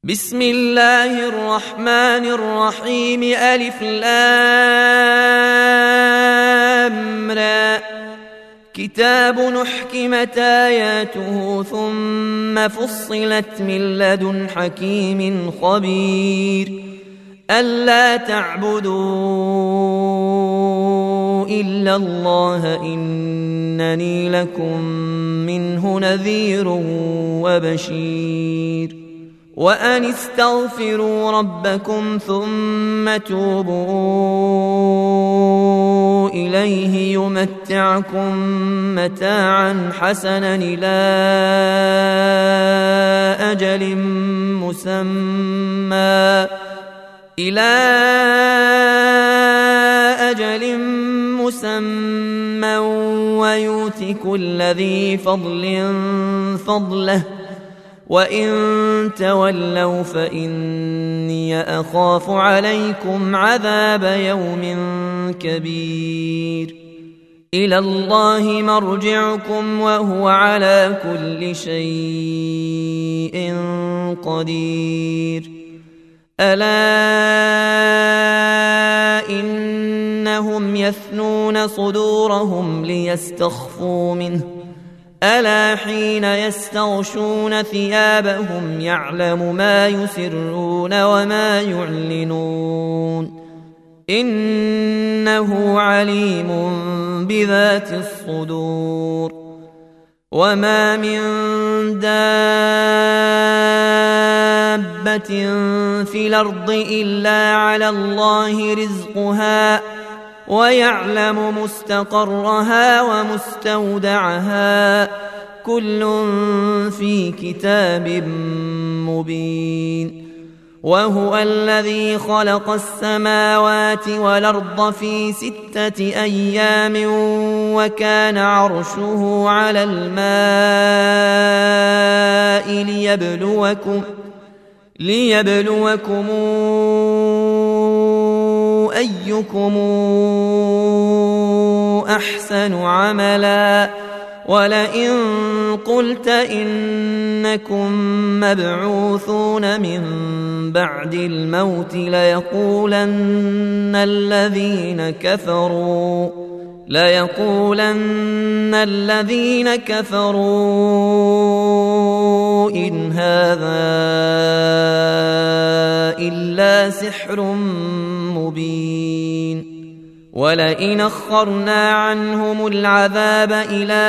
بسم الله الرحمن الرحيم ألف لام را كتاب نحكمت آياته ثم فصلت من لدن حكيم خبير ألا تعبدوا إلا الله إنني لكم منه نذير وبشير وأن استغفروا ربكم ثم توبوا إليه يمتعكم متاعا حسنا إلى أجل مسمى ويؤت كل ذي فضل فضله وإن تولوا فإني أخاف عليكم عذاب يوم كبير إلى الله مرجعكم وهو على كل شيء قدير ألا إنهم يثنون صدورهم ليستخفوا منه ألا حين يستغشون ثيابهم يعلم ما يسرون وما يعلنون إنه عليم بذات الصدور وما من دابة في الأرض إلا على الله رزقها ويعلم مستقرها ومستودعها كل في كتاب مبين وهو الذي خلق السماوات والأرض في 6 أيام وكان عرشه على الماء ليبلوكم أيكم أحسن عملا ولئن قلت إنكم مبعوثون من بعد الموت ليقولن الذين كفروا إن هذا إلا سحر مبين ولئن أخرنا عنهم العذاب إلى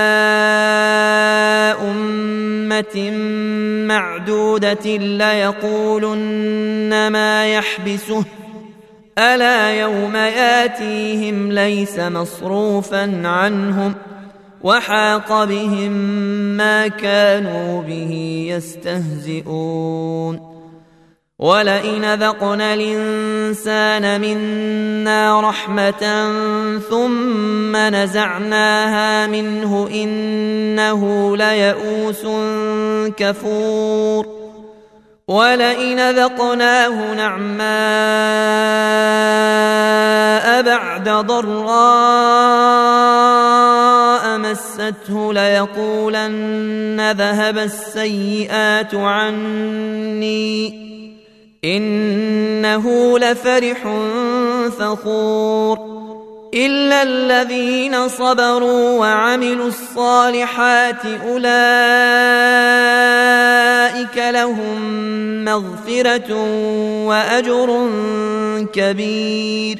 أمة معدودة ليقولن ما يحبسه ألا يوم ياتيهم ليس مصروفا عنهم وحاق بهم ما كانوا به يستهزئون ولئن ذقنا الإنسان منا رحمة ثم نزعناها منه إنه ليئوس كفور ولئن ذقناه نعماء بعد ضراء مسته ليقولن ذهب السيئات عني إنه لفرح فخور إلا الذين صبروا وعملوا الصالحات أولئك لهم مغفرة وأجر كبير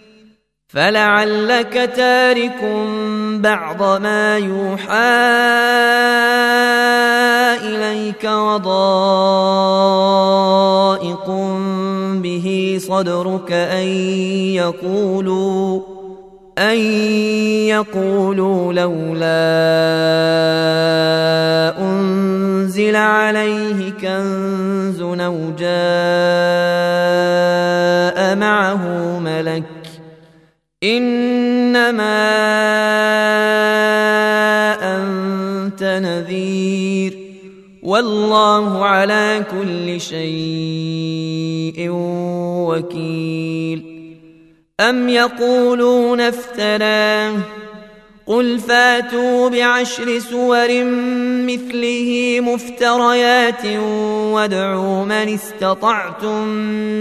فلعلك تارك بعض ما يوحى إليك وضائق به صدرك أن يقولوا لولا أنزل عليه كنز أو جاء معه ملك إنما أنت نذير والله على كل شيء وكيل أم يقولون افتراه قل فاتوا بعشر سور مثله مفتريات وادعوا من استطعتم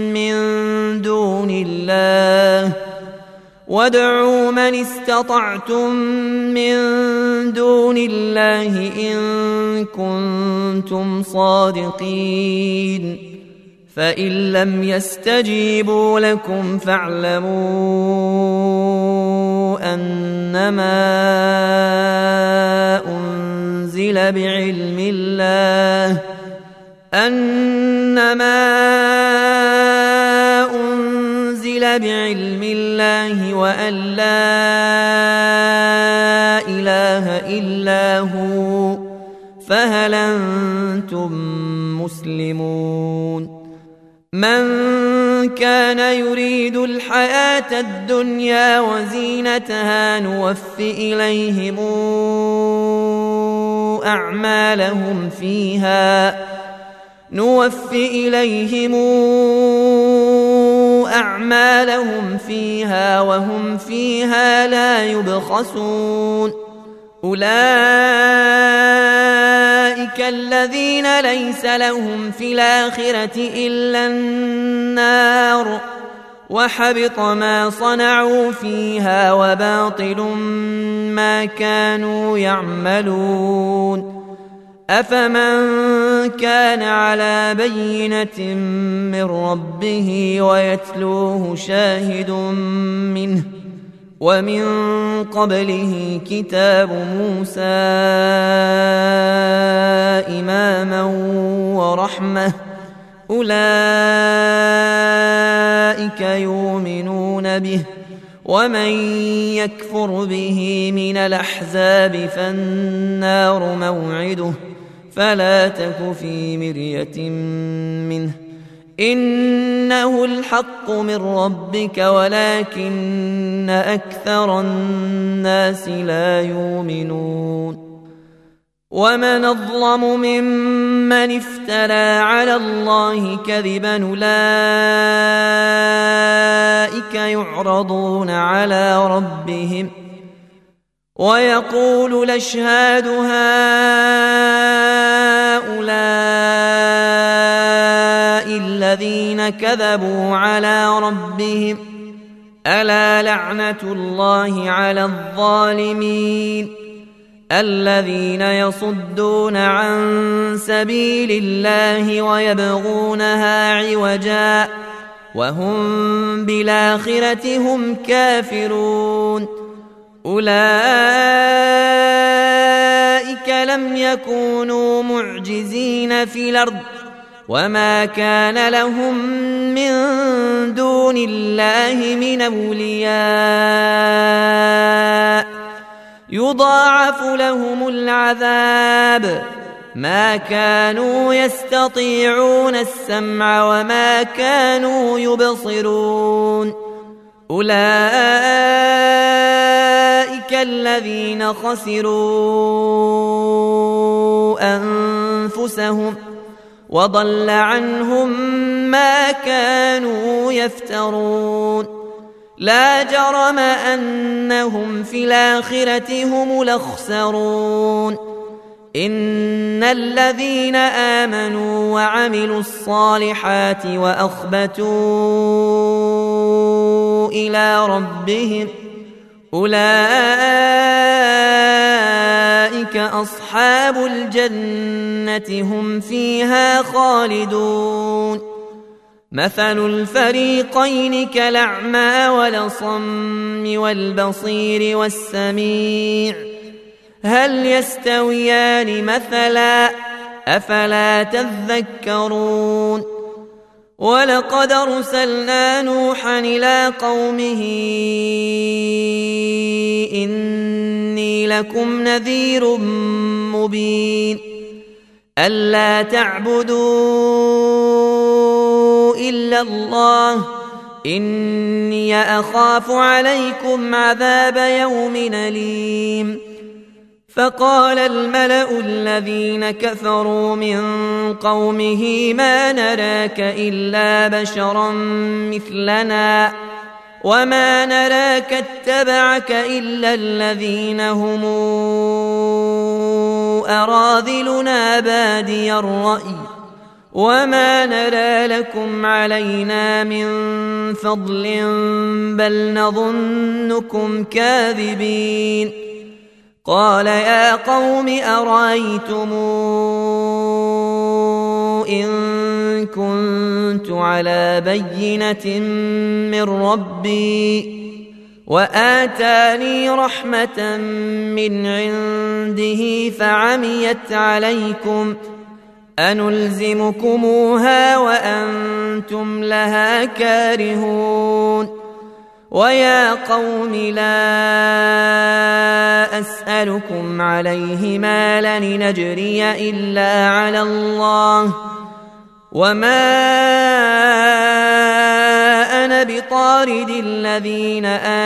من دون الله إن كنتم صادقين فإن لم يستجيبوا لكم فاعلموا أنما أنزل بعلم الله وأن لا إله إلا هو فهل أنتم مسلمون من كان يريد الحياة الدنيا وزينتها نوف إليهم أعمالهم فيها وهم فيها لا يبخسون أولئك الذين ليس لهم في الآخرة إلا النار وحبط ما صنعوا فيها وباطل ما كانوا يعملون أفمن كان على بينة من ربه ويتلوه شاهد منه ومن قبله كتاب موسى إماما ورحمة أولئك يؤمنون به ومن يكفر به من الأحزاب فالنار موعده فلا تك في مرية منه إنه الحق من ربك ولكن أكثر الناس لا يؤمنون ومن أظلم ممن افترى على الله كذبا أولئك يعرضون على ربهم ويقول الأشهاد هؤلاء الذين كذبوا على ربهم ألا لعنة الله على الظالمين الذين يصدون عن سبيل الله ويبغونها عوجا وهم بالآخرة هم كافرون أولئك لم يكونوا معجزين في الأرض وما كان لهم من دون الله من أولياء يضاعف لهم العذاب ما كانوا يستطيعون السمع وما كانوا يبصرون أولئك الذين خسروا أنفسهم وضل عنهم ما كانوا يفترون لا جرم أنهم في الآخرة هم الأخسرون إن الذين آمنوا وعملوا الصالحات وأخبتوا إلى ربهم أولئك أصحاب الجنة هم فيها خالدون مثل الفريقين كالأعمى والأصم والبصير والسميع هل يستويان مثلا أفلا تذكرون ولقد أرسلنا نوحا إلى قومه إني لكم نذير مبين ألا تعبدوا إلا الله إني أخاف عليكم عذاب يوم أليم فقال الملأ الذين كفروا من قومه ما نراك إلا بشرا مثلنا وما نراك اتبعك إلا الذين هم أراذلنا بادي الرأي وما نرى لكم علينا من فضل بل نظنكم كاذبين قال يا قوم أرأيتم إن كنت على بينة من ربي وآتاني رحمة من عنده فعميت عليكم أنلزمكموها وأنتم لها كارهون ويا قوم لا أسألكم عليه مالا لنجري إلا على الله وما أنا بطارد الذين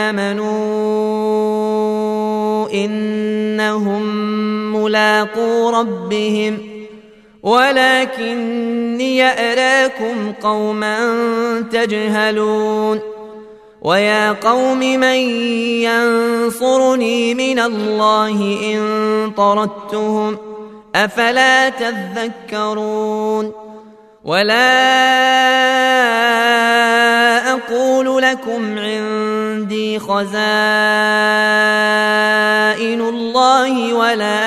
آمنوا إنهم ملاقو ربهم ولكني أراكم قوما تجهلون ويا قوم من ينصرني من الله إن طردتهم أفلا تذكرون ولا أقول لكم عندي خزائن الله ولا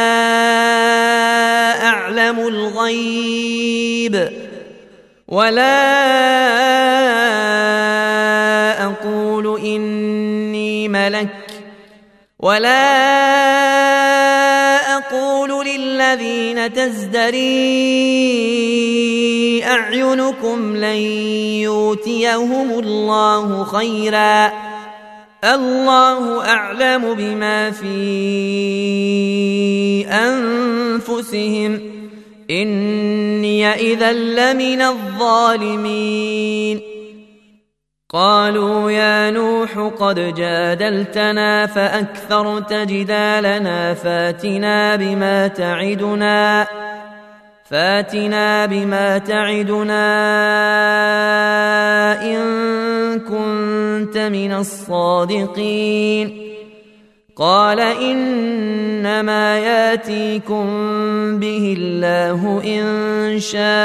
أعلم الغيب ولا أقول إني ملك ولا أقول للذين تزدري أعينكم لن يؤتيهم الله خيرا الله أعلم بما في أنفسهم إني إذا لمن الظالمين قالوا يا نوح قد جادلتنا فأكثرت جدالنا فاتنا بما تعدنا إن كنت من الصادقين قال إنما ياتيكم به الله إن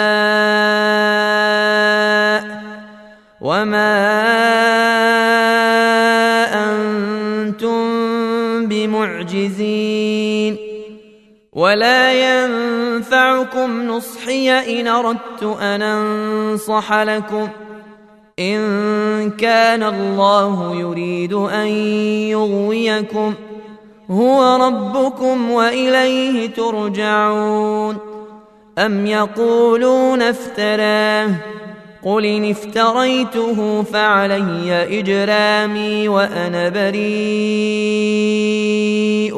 شاء وما أنتم بمعجزين ولا ينفعكم نصحي إن أردت أن أنصح لكم إن كان الله يريد أن يغويكم هو ربكم وإليه ترجعون أم يقولون افتراه قل إن افتريته فعلي إجرامي وأنا بريء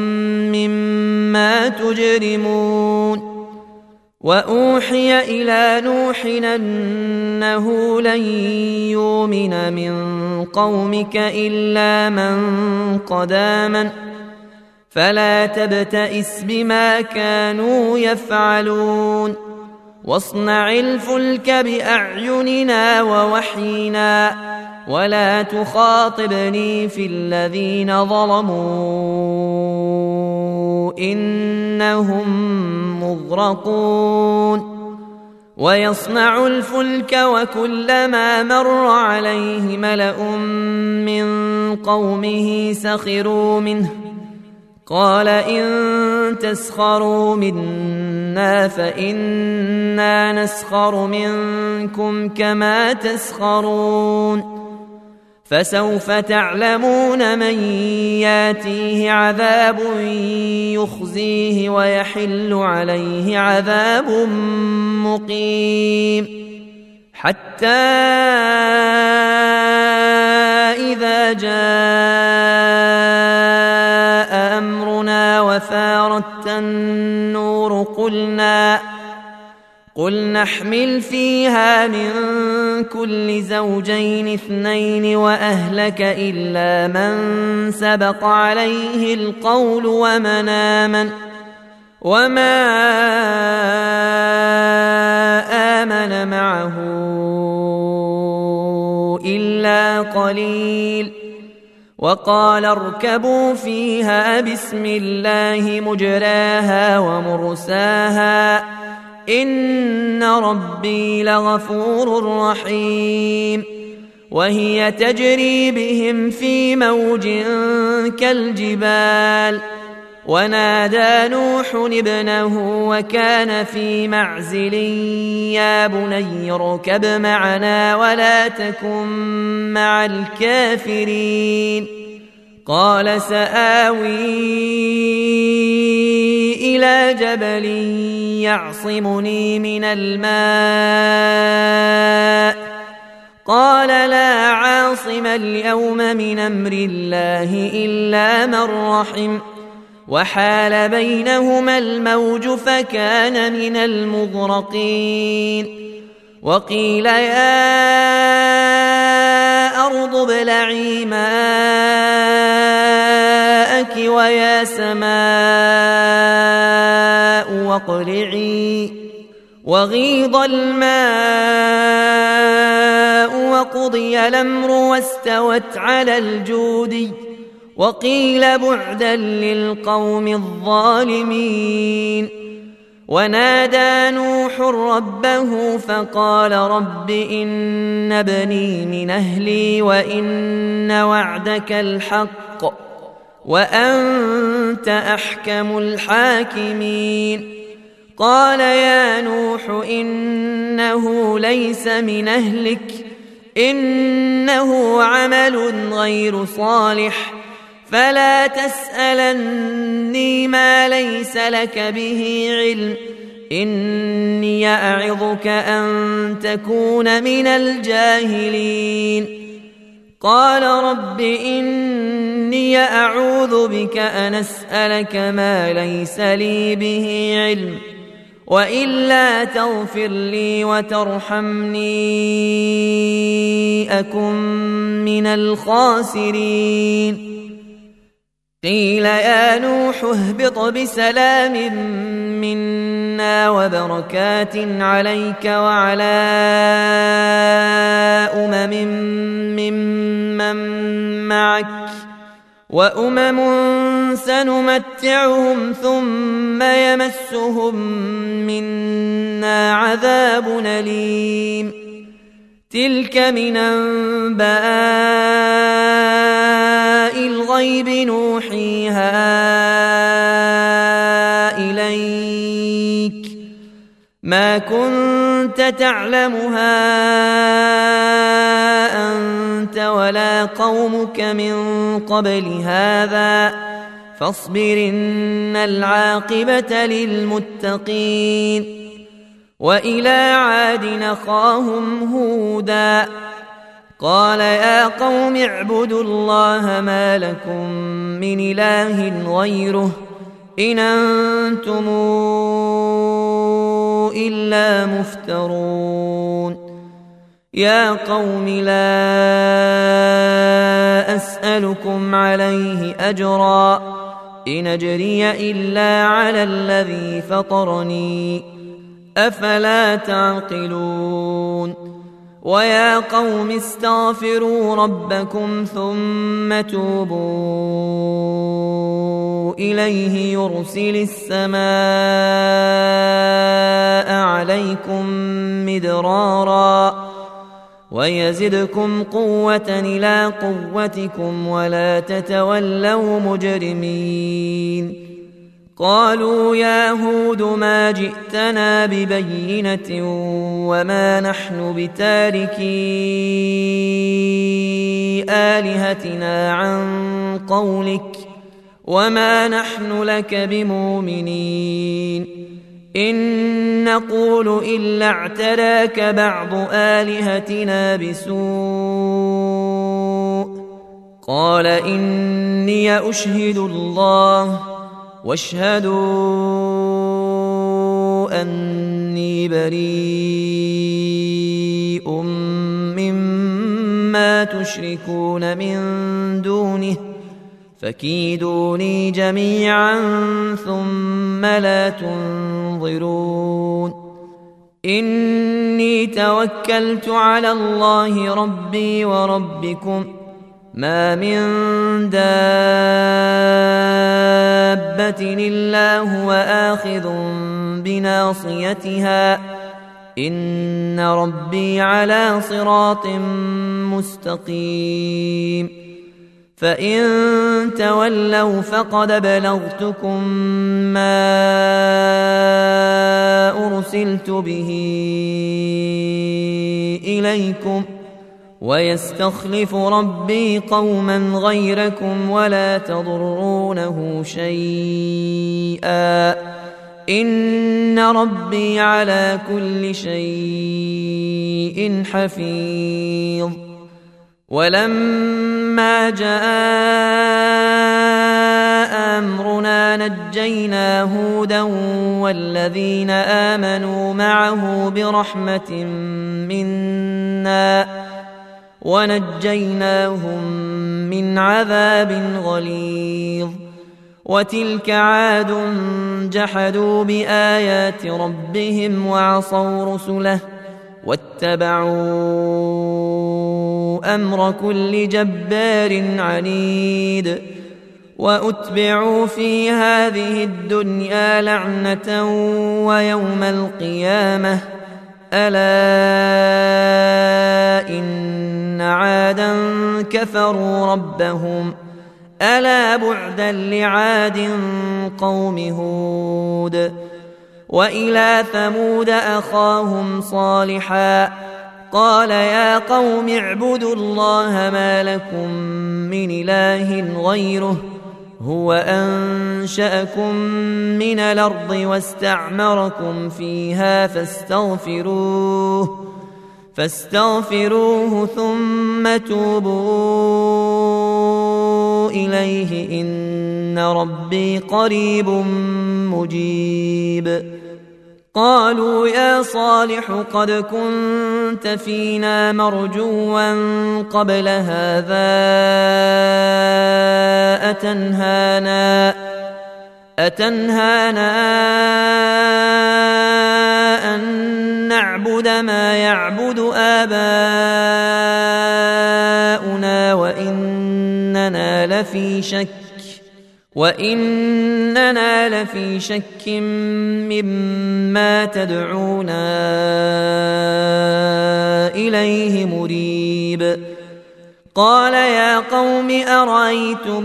مما تجرمون وأوحي إلى نوح أنه لن يؤمن من قومك إلا من قد آمن فلا تبتئس بما كانوا يفعلون واصنع الفلك بأعيننا ووحينا ولا تخاطبني في الذين ظلموا إنهم مغرقون ويصنع الفلك وكلما مر عليه ملأ من قومه سخروا منه قال إن تسخروا منا فإنا نسخر منكم كما تسخرون فسوف تعلمون من ياتيه عذاب يخزيه ويحل عليه عذاب مقيم حتى إذا جاء أمرنا وفارت النور قل نحمل فيها من كل زوجين اثنين وأهلك إلا من سبق عليه القول ومن آمن وما آمن معه إلا قليل وقال اركبوا فيها بسم الله مجراها ومرساها إن ربي لغفور رحيم وهي تجري بهم في موج كالجبال ونادى نوح ابنه وكان في معزل يا بني اركب معنا ولا تكن مع الكافرين قال سآوي إلى جبل يعصمني من الماء قال لا عاصم اليوم من أمر الله إلا من رحم وحال بينهما الموج فكان من المغرقين وقيل يا أرض ابلعي ماءك ويا سماء واقلعي وغيض الماء وقضي الأمر واستوت على الجودي وقيل بعدا للقوم الظالمين ونادى نوح ربه فقال رب إن ابني من أهلي وإن وعدك الحق وأنت أحكم الحاكمين قال يا نوح إنه ليس من أهلك إنه عمل غير صالح فلا تسألني ما ليس لك به علم إني أعظك أن تكون من الجاهلين قال رب إني أعوذ بك أن أسألك ما ليس لي به علم وإلا تغفر لي وترحمني أكن من الخاسرين قيل يا نوح اهبط بسلام منا وبركات عليك وعلى ممن معك وأمم سنمتعهم ثم يمسهم منا عذاب أليم تلك من أنباء الغيب نوحيها إليك ما كنت تعلمها أنت ولا قومك من قبل هذا فاصبر إن العاقبة للمتقين وإلى عاد أخاهم هودا قال يا قوم اعبدوا الله ما لكم من إله غيره إن أنتم إلا مفترون يا قوم لا أسألكم عليه أجرا إن أجري إلا على الذي فطرني أفلا تعقلون ويا قوم استغفروا ربكم ثم توبوا إليه يرسل السماء عليكم مدرارا ويزدكم قوة إلى قوتكم ولا تتولوا مجرمين قالوا يا هود ما جئتنا ببينة وما نحن بتاركي آلهتنا عن قولك وما نحن لك بمؤمنين إن نقول إلا اعتراك بعض آلهتنا بسوء قال إني أشهد الله واشهدوا أني بريء مما تشركون من دونه فكيدوني جميعا ثم لا تنظرون إني توكلت على الله ربي وربكم ما من دابة إلا هو آخذ بناصيتها إن ربي على صراط مستقيم فإن تولوا فقد بلغتكم ما أرسلت به إليكم ويستخلف ربي قوما غيركم ولا تضرونه شيئا إن ربي على كل شيء حفيظ ولما جاء أمرنا نجينا هودا والذين آمنوا معه برحمة منا ونجيناهم من عذاب غليظ وتلك عاد جحدوا بآيات ربهم وعصوا رسله واتبعوا أمر كل جبار عنيد وأتبعوا في هذه الدنيا لعنة ويوم القيامة ألا إن عادا كفروا ربهم ألا بعدا لعاد قوم هود وإلى ثمود أخاهم صالحا قال يا قوم اعبدوا الله ما لكم من إله غيره هو أنشأكم من الأرض واستعمركم فيها فاستغفروه ثم توبوا إليه إن ربي قريب مجيب قالوا يا صالح قد كنت فينا مرجوا قبل هذا أتنهانا أن نعبد ما يعبد آباؤنا وإننا لفي شك مما تدعونا إليه مريب قال يا قوم أرأيتم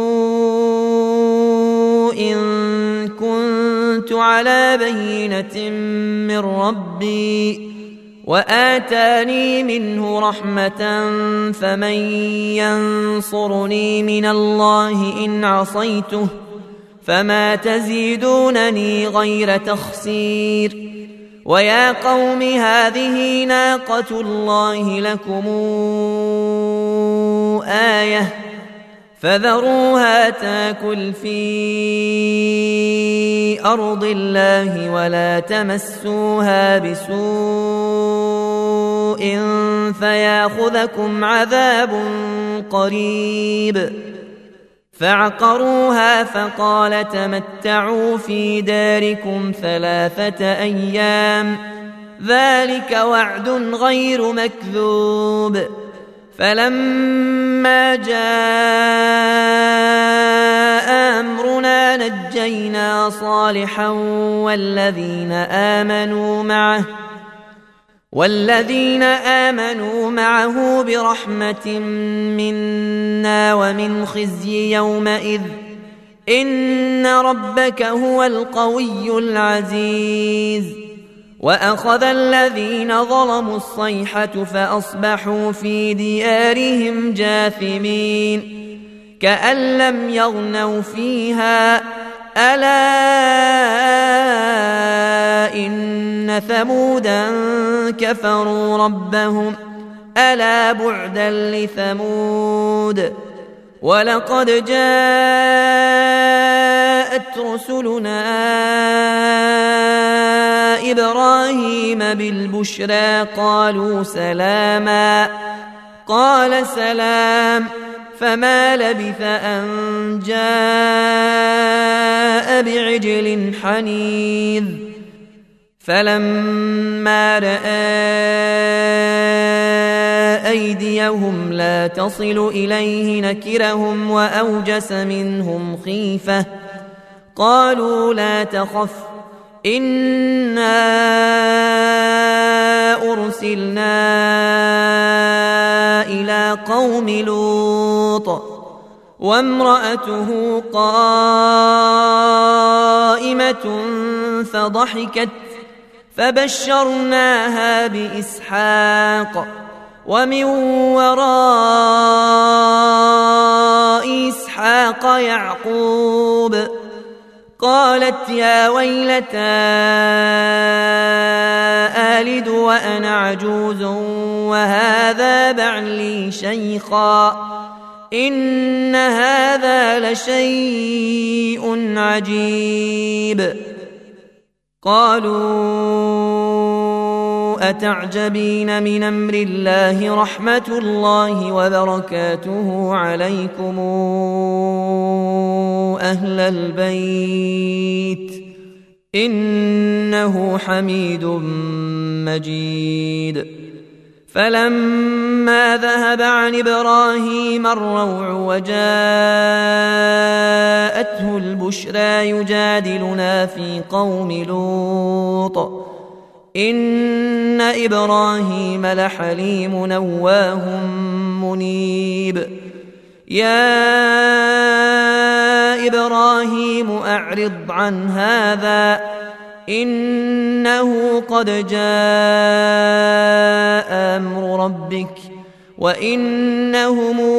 إن كنت على بينة من ربي وآتاني منه رحمة فمن ينصرني من الله إن عصيته فما تزيدونني غير تخسير ويا قوم هذه ناقة الله لكم آية فذروها تاكل في أرض الله ولا تمسوها بسوء فياخذكم عذاب قريب فعقروها فقال تمتعوا في داركم 3 أيام ذلك وعد غير مكذوب فلما جاء أمرنا نجينا صالحا والذين آمنوا معه برحمة منا ومن خزي يومئذ إن ربك هو القوي العزيز وأخذ الذين ظلموا الصيحة فأصبحوا في ديارهم جاثمين كأن لم يغنوا فيها ألا إن ثمودا كفروا ربهم ألا بعدا لثمود ولقد جاءت رسلنا إبراهيم بالبشرى قالوا سلاما قال سلام فما لبث أن جاء بعجل حنيذ فلما رأى أيديهم لا تصل إليه نكرهم وأوجس منهم خيفة قالوا لا تخف إنا أرسلنا إلى قوم لوط وامرأته قائمة فضحكت فبشرناها بإسحاق ومن وراء إسحاق يعقوب قالت يا ويلتى آلد وأنا عجوز وهذا بعلي شيخا إن هذا لشيء عجيب قالوا أتعجبين من أمر الله رحمة الله وبركاته عليكم أهل البيت إنه حميد مجيد فلما ذهب عن إبراهيم الروع وجاءته البشرى يجادلنا في قوم لوط إن إبراهيم لحليم نواه منيب يا إبراهيم أعرض عن هذا إنه قد جاء أمر ربك وإنهم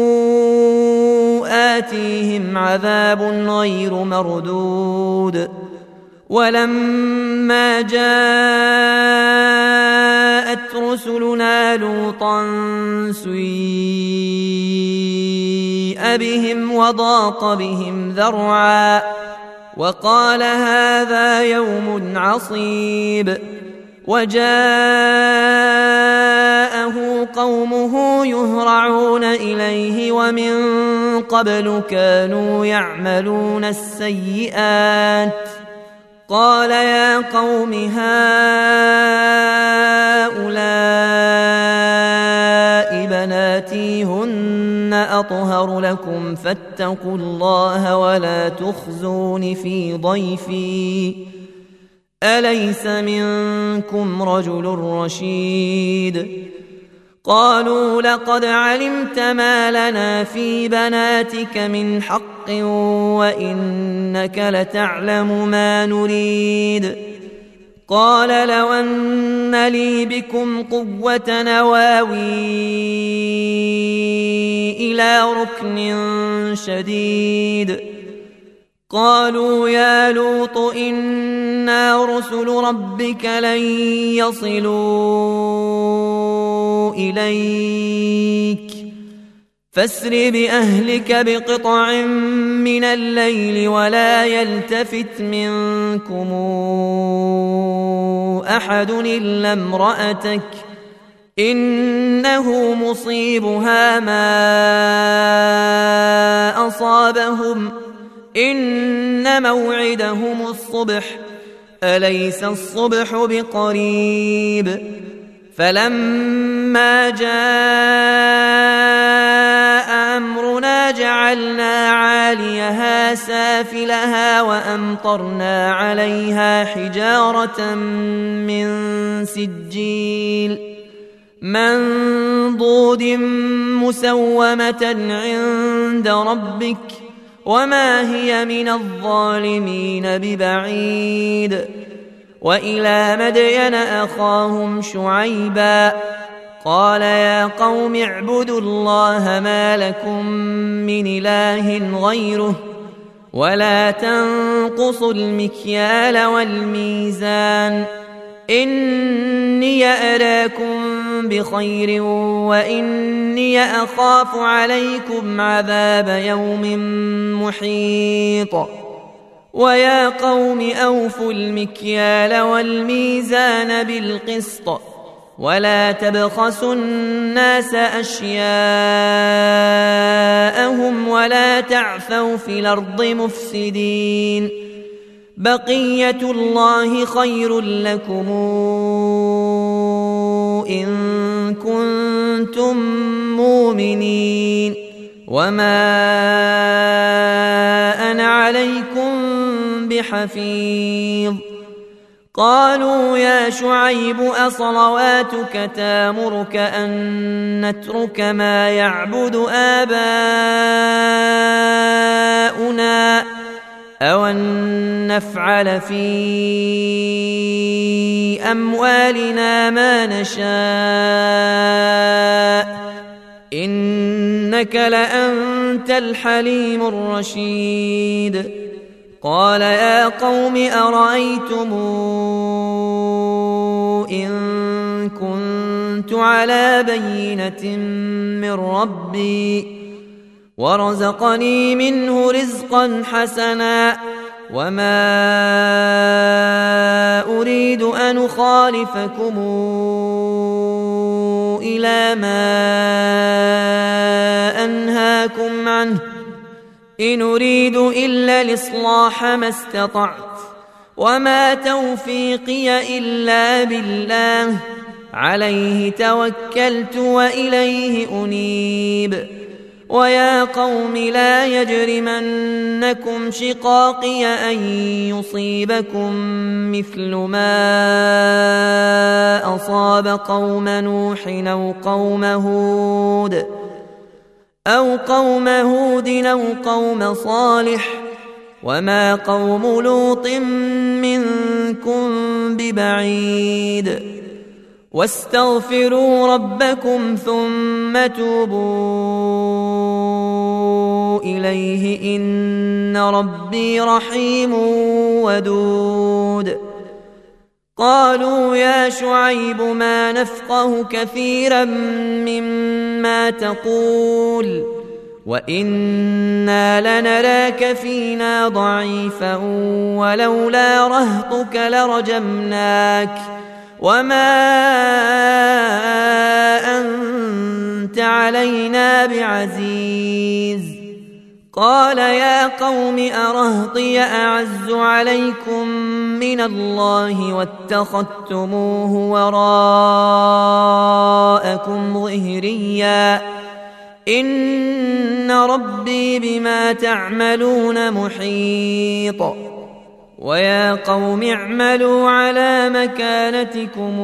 آتيهم عذاب غير مردود ولما جاءت رسلنا لوطا سيء بهم وضاق بهم ذرعا وقال هذا يوم عصيب وجاءه قومه يهرعون إليه ومن قبل كانوا يعملون السيئات قال يا قوم هؤلاء بناتي هن أطهر لكم فاتقوا الله ولا تخزون في ضيفي أليس منكم رجل رشيد قالوا لقد علمت ما لنا في بناتك من حق وإنك لتعلم ما نريد قال لو أن لي بكم قوة نواوي إلى ركن شديد قالوا يا لوط إنا رسل ربك لن يصلوا إليك فاسر بأهلك بقطع من الليل ولا يلتفت منكم أحد إلا امرأتك إنه مصيبها ما أصابهم إن موعدهم الصبح أليس الصبح بقريب فلما جاء أمرنا جعلنا عاليها سافلها وأمطرنا عليها حجارة من سجيل منضود مسومة عند ربك وما هي من الظالمين ببعيد وإلى مدين أخاهم شعيبا قال يا قوم اعبدوا الله ما لكم من إله غيره ولا تنقصوا المكيال والميزان إني أراكم بخير وإني أخاف عليكم عذاب يوم محيط ويا قوم أوفوا المكيال والميزان بالقسط ولا تبخسوا الناس أشياءهم ولا تعثوا في الأرض مفسدين بقية الله خير لكم إن كنتم مؤمنين وما أنا عليكم بحفيظ قالوا يا شعيب أصلواتك تامرك أن نترك ما يعبد آباؤنا أو أن نفعل في أموالنا ما نشاء إنك لأنت الحليم الرشيد قال يا قوم أرأيتم إن كنت على بينة من ربي ورزقني منه رزقا حسنا وما أريد أن أخالفكم إلى ما أنهاكم عنه إن أريد إلا الإصلاح ما استطعت وما توفيقي إلا بالله عليه توكلت وإليه أنيب ويا قوم لا يجرمنكم شقاقي أن يصيبكم مثل ما أصاب قوم نوح أو قوم هود أو قوم صالح وما قوم لوط منكم ببعيد واستغفروا ربكم ثم توبوا إليه إن ربي رحيم ودود قالوا يا شعيب ما نفقه كثيرا مما تقول وإنا لنراك فينا ضعيفا ولولا رهطك لرجمناك وما أنت علينا بعزيز قال يا قوم أرهطي أعز عليكم من الله واتخذتموه وراءكم ظهريا إن ربي بما تعملون محيط ويا قوم اعملوا على مكانتكم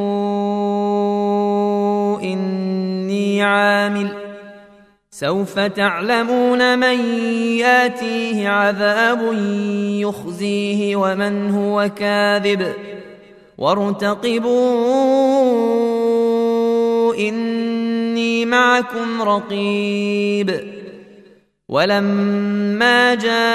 إني عامل سوف تعلمون من ياتيه عذاب يخزيه ومن هو كاذب وارتقبوا إني معكم رقيب ولما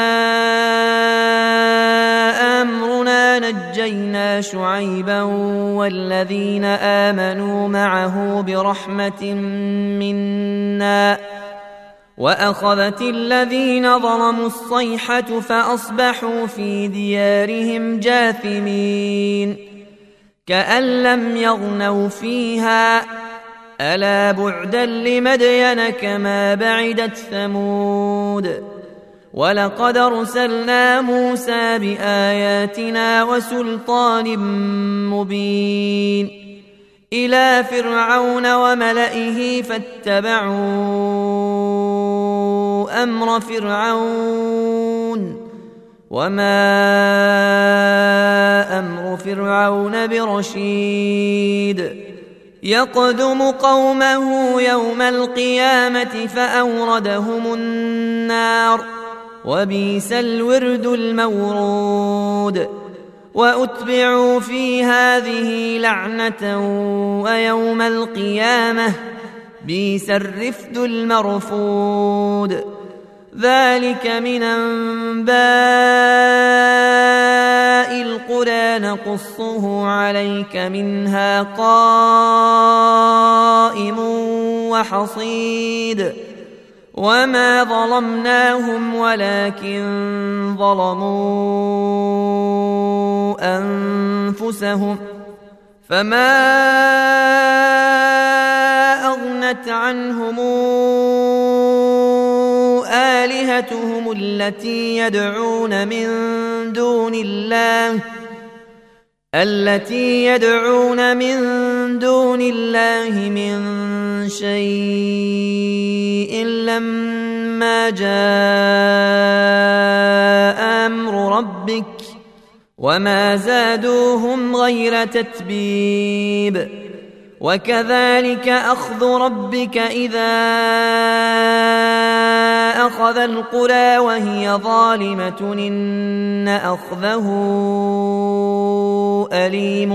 جاء أمرنا نجينا شعيبا والذين آمنوا معه برحمة منا وأخذت الذين ظلموا الصيحة فأصبحوا في ديارهم جاثمين كأن لم يغنوا فيها ألا بعدا لمدين كما بعدت ثمود ولقد أرسلنا موسى بآياتنا وسلطان مبين إلى فرعون وملئه فاتبعوا أمر فرعون وما أمر فرعون برشيد يقدم قومه يوم القيامة فأوردهم النار وبئس الورد المورود وأتبعوا في هذه لعنة ويوم القيامة بئس الرفد المرفود ذلك من أنباء القرى نقصه عليك منها قائم وحصيد وما ظلمناهم ولكن ظلموا أنفسهم فما أغنت عنهم آلهتهم التي يدعون من دون الله التي يدعون من دون الله من شيء لما جاء أمر ربك وما زادوهم غير تتبيب وكذلك أخذ ربك إذا أخذ القرى وهي ظالمة إن أخذه أليم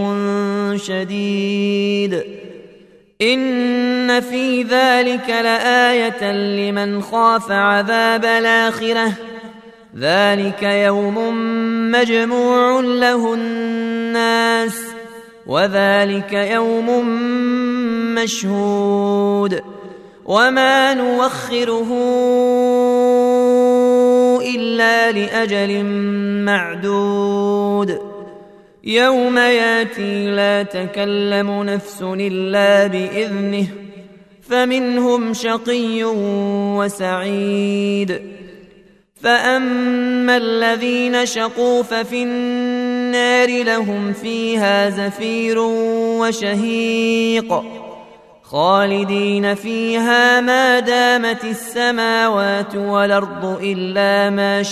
شديد إن في ذلك لآية لمن خاف عذاب الآخرة ذلك يوم مجموع له الناس وذلك يوم مشهود وما نوخره إلا لأجل معدود يوم ياتي لا تكلم نفس إلا بإذنه فمنهم شقي وسعيد فأما الذين شقوا ففي النار لهم فيها زفير وشهيق خالدين فيها ما دامت السماوات والأرض إلا ما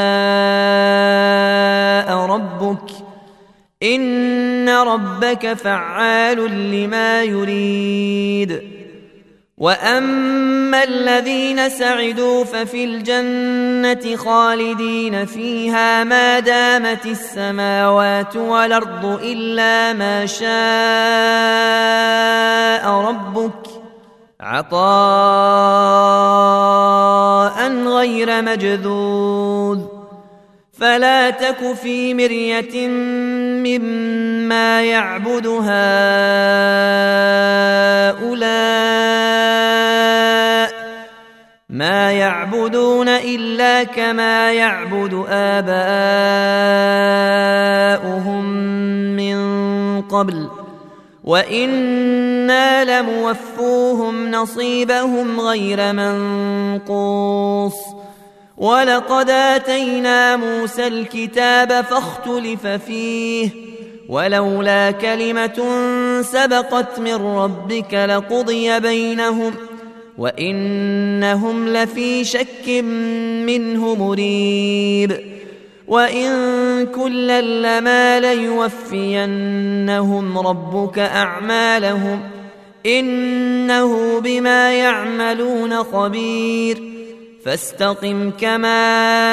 شاء ربك إن ربك فعال لما يريد وأما الذين سعدوا ففي الجنة خالدين فيها ما دامت السماوات والأرض إلا ما شاء ربك عطاء غير مجذوذ فلا تك في مرية مما يعبد هؤلاء ما يعبدون إلا كما يعبد آباؤهم من قبل وإنا لموفوهم نصيبهم غير منقوص ولقد آتينا موسى الكتاب فاختلف فيه ولولا كلمة سبقت من ربك لقضي بينهم وإنهم لفي شك منه مريب وإن كلا لما ليوفينهم ربك أعمالهم إنه بما يعملون خبير فاستقم كما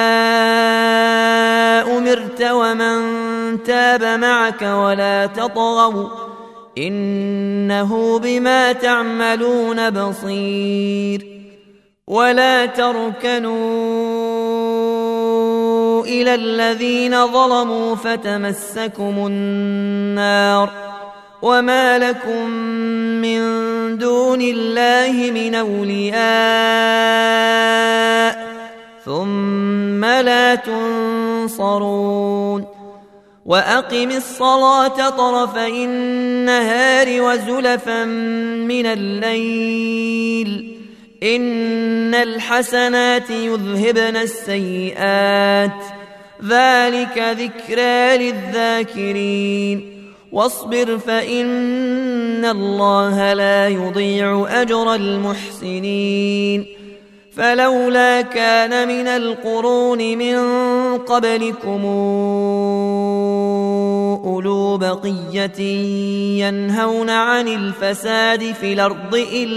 أمرت ومن تاب معك ولا تطغوا إنه بما تعملون بصير ولا تركنوا إلى الذين ظلموا فتمسكم النار وما لكم من دون الله من أولياء ثم لا تنصرون وأقم الصلاة طرفي النهار وزلفا من الليل إن الحسنات يذهبن السيئات ذلك ذكرى للذاكرين واصبر فإن الله لا يضيع أجر المحسنين فلولا كان من القرون من قبلكم أولو بقية ينهون عن الفساد في الأرض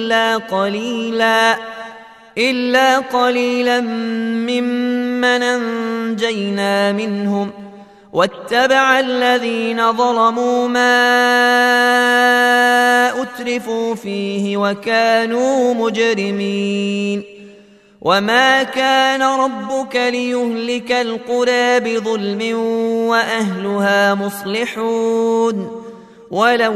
إلا قليلا ممن أنجينا منهم واتبع الذين ظلموا ما أترفوا فيه وكانوا مجرمين وما كان ربك ليهلك القرى بظلم وأهلها مصلحون ولو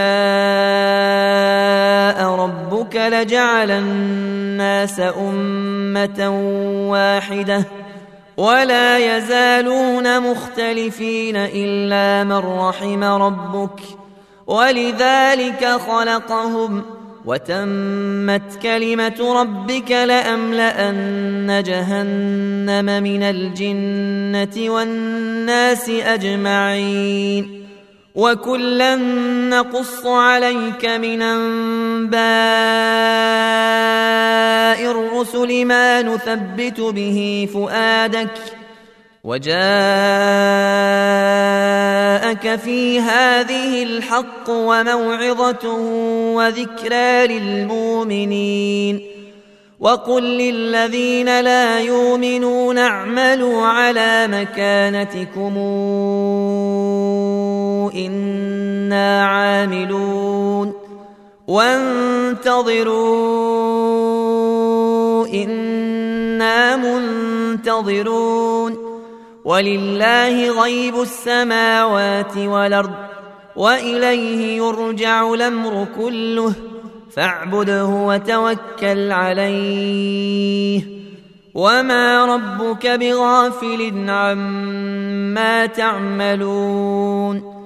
شاء ربك لجعل الناس أمة واحدة ولا يزالون مختلفين إلا من رحم ربك ولذلك خلقهم وتمت كلمة ربك لأملأن جهنم من الجنة والناس أجمعين وكلا نقص عليك من أنباء الرسل ما نثبت به فؤادك وجاءك في هذه الحق وموعظة وذكرى للمؤمنين وقل للذين لا يؤمنون اعملوا على مكانتكم إنا عاملون وانتظروا إنا منتظرون ولله غيب السماوات والأرض وإليه يرجع الأمر كله فاعبده وتوكل عليه وما ربك بغافل عما تعملون